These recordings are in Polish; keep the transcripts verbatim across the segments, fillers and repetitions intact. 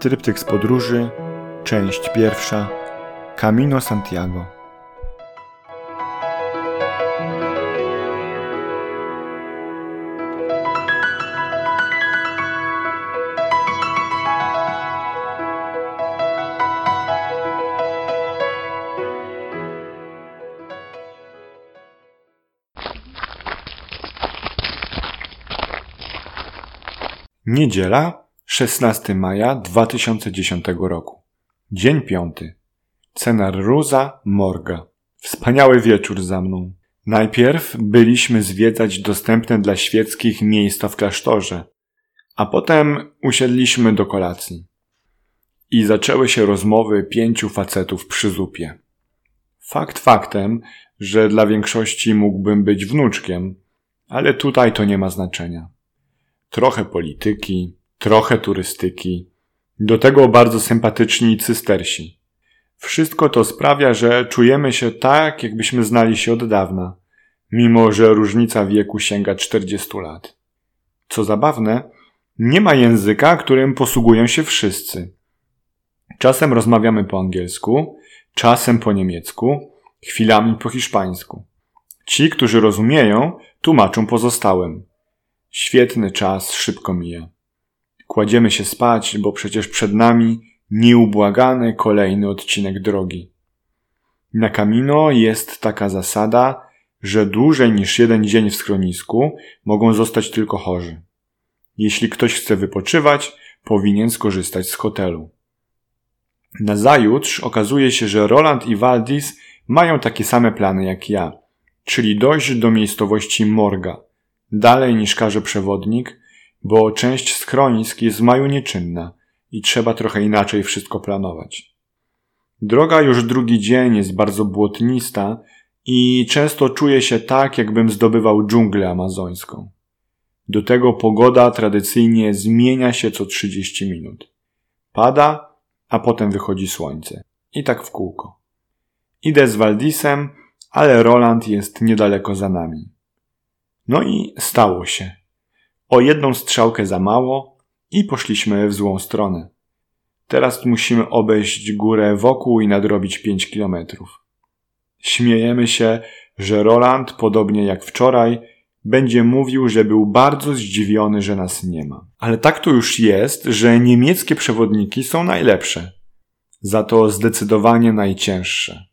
Tryptyk z podróży, część pierwsza, Camino Santiago. Niedziela, szesnastego maja dwa tysiące dziesiątego roku. Dzień piąty. Cenarruza Morga. Wspaniały wieczór za mną. Najpierw byliśmy zwiedzać dostępne dla świeckich miejsca w klasztorze, a potem usiedliśmy do kolacji. I zaczęły się rozmowy pięciu facetów przy zupie. Fakt faktem, że dla większości mógłbym być wnuczkiem, ale tutaj to nie ma znaczenia. Trochę polityki, trochę turystyki, do tego bardzo sympatyczni cystersi. Wszystko to sprawia, że czujemy się tak, jakbyśmy znali się od dawna, mimo że różnica wieku sięga czterdziestu lat. Co zabawne, nie ma języka, którym posługują się wszyscy. Czasem rozmawiamy po angielsku, czasem po niemiecku, chwilami po hiszpańsku. Ci, którzy rozumieją, tłumaczą pozostałym. Świetny czas szybko mija. Kładziemy się spać, bo przecież przed nami nieubłagany kolejny odcinek drogi. Na Camino jest taka zasada, że dłużej niż jeden dzień w schronisku mogą zostać tylko chorzy. Jeśli ktoś chce wypoczywać, powinien skorzystać z hotelu. Nazajutrz okazuje się, że Roland i Valdis mają takie same plany jak ja, czyli dojść do miejscowości Morga, dalej niż każe przewodnik, bo część schronisk jest w maju nieczynna i trzeba trochę inaczej wszystko planować. Droga już drugi dzień jest bardzo błotnista i często czuję się tak, jakbym zdobywał dżunglę amazońską. Do tego pogoda tradycyjnie zmienia się co trzydzieści minut. Pada, a potem wychodzi słońce. I tak w kółko. Idę z Valdisem, ale Roland jest niedaleko za nami. No i stało się. O jedną strzałkę za mało i poszliśmy w złą stronę. Teraz musimy obejść górę wokół i nadrobić pięć kilometrów. Śmiejemy się, że Roland, podobnie jak wczoraj, będzie mówił, że był bardzo zdziwiony, że nas nie ma. Ale tak to już jest, że niemieckie przewodniki są najlepsze. Za to zdecydowanie najcięższe.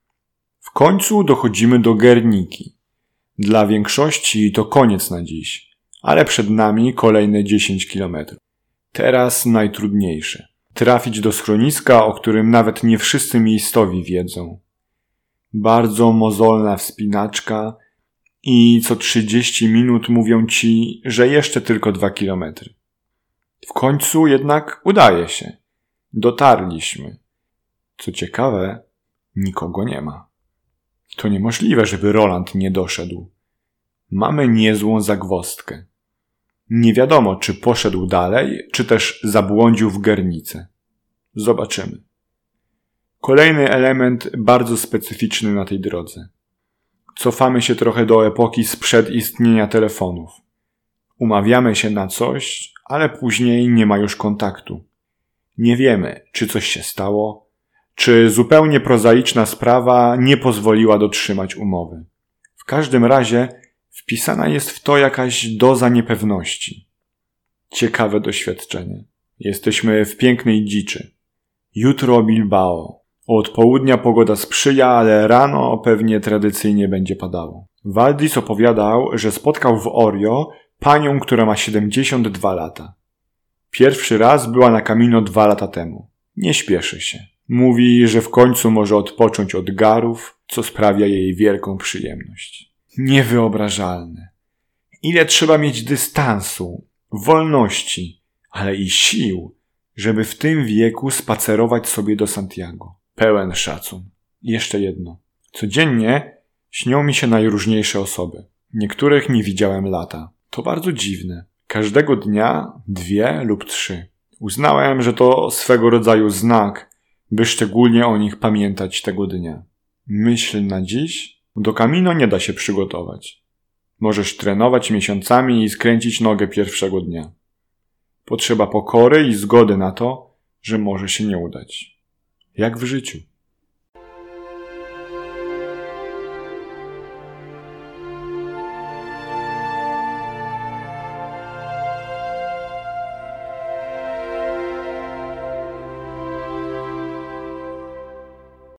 W końcu dochodzimy do Guerniki. Dla większości to koniec na dziś, ale przed nami kolejne dziesięć kilometrów. Teraz najtrudniejsze. Trafić do schroniska, o którym nawet nie wszyscy miejscowi wiedzą. Bardzo mozolna wspinaczka i co trzydzieści minut mówią ci, że jeszcze tylko dwa kilometry. W końcu jednak udaje się. Dotarliśmy. Co ciekawe, nikogo nie ma. To niemożliwe, żeby Roland nie doszedł. Mamy niezłą zagwozdkę. Nie wiadomo, czy poszedł dalej, czy też zabłądził w Guernice. Zobaczymy. Kolejny element bardzo specyficzny na tej drodze. Cofamy się trochę do epoki sprzed istnienia telefonów. Umawiamy się na coś, ale później nie ma już kontaktu. Nie wiemy, czy coś się stało, czy zupełnie prozaiczna sprawa nie pozwoliła dotrzymać umowy. W każdym razie wpisana jest w to jakaś doza niepewności. Ciekawe doświadczenie. Jesteśmy w pięknej dziczy. Jutro Bilbao. Od południa pogoda sprzyja, ale rano pewnie tradycyjnie będzie padało. Valdis opowiadał, że spotkał w Orio panią, która ma siedemdziesiąt dwa lata. Pierwszy raz była na Camino dwa lata temu. Nie śpieszy się. Mówi, że w końcu może odpocząć od garów, co sprawia jej wielką przyjemność. Niewyobrażalne. Ile trzeba mieć dystansu, wolności, ale i sił, żeby w tym wieku spacerować sobie do Santiago. Pełen szacun. Jeszcze jedno. Codziennie śnią mi się najróżniejsze osoby. Niektórych nie widziałem lata. To bardzo dziwne. Każdego dnia dwie lub trzy. Uznałem, że to swego rodzaju znak, by szczególnie o nich pamiętać tego dnia. Myśl na dziś? Do Camino nie da się przygotować. Możesz trenować miesiącami i skręcić nogę pierwszego dnia. Potrzeba pokory i zgody na to, że może się nie udać. Jak w życiu.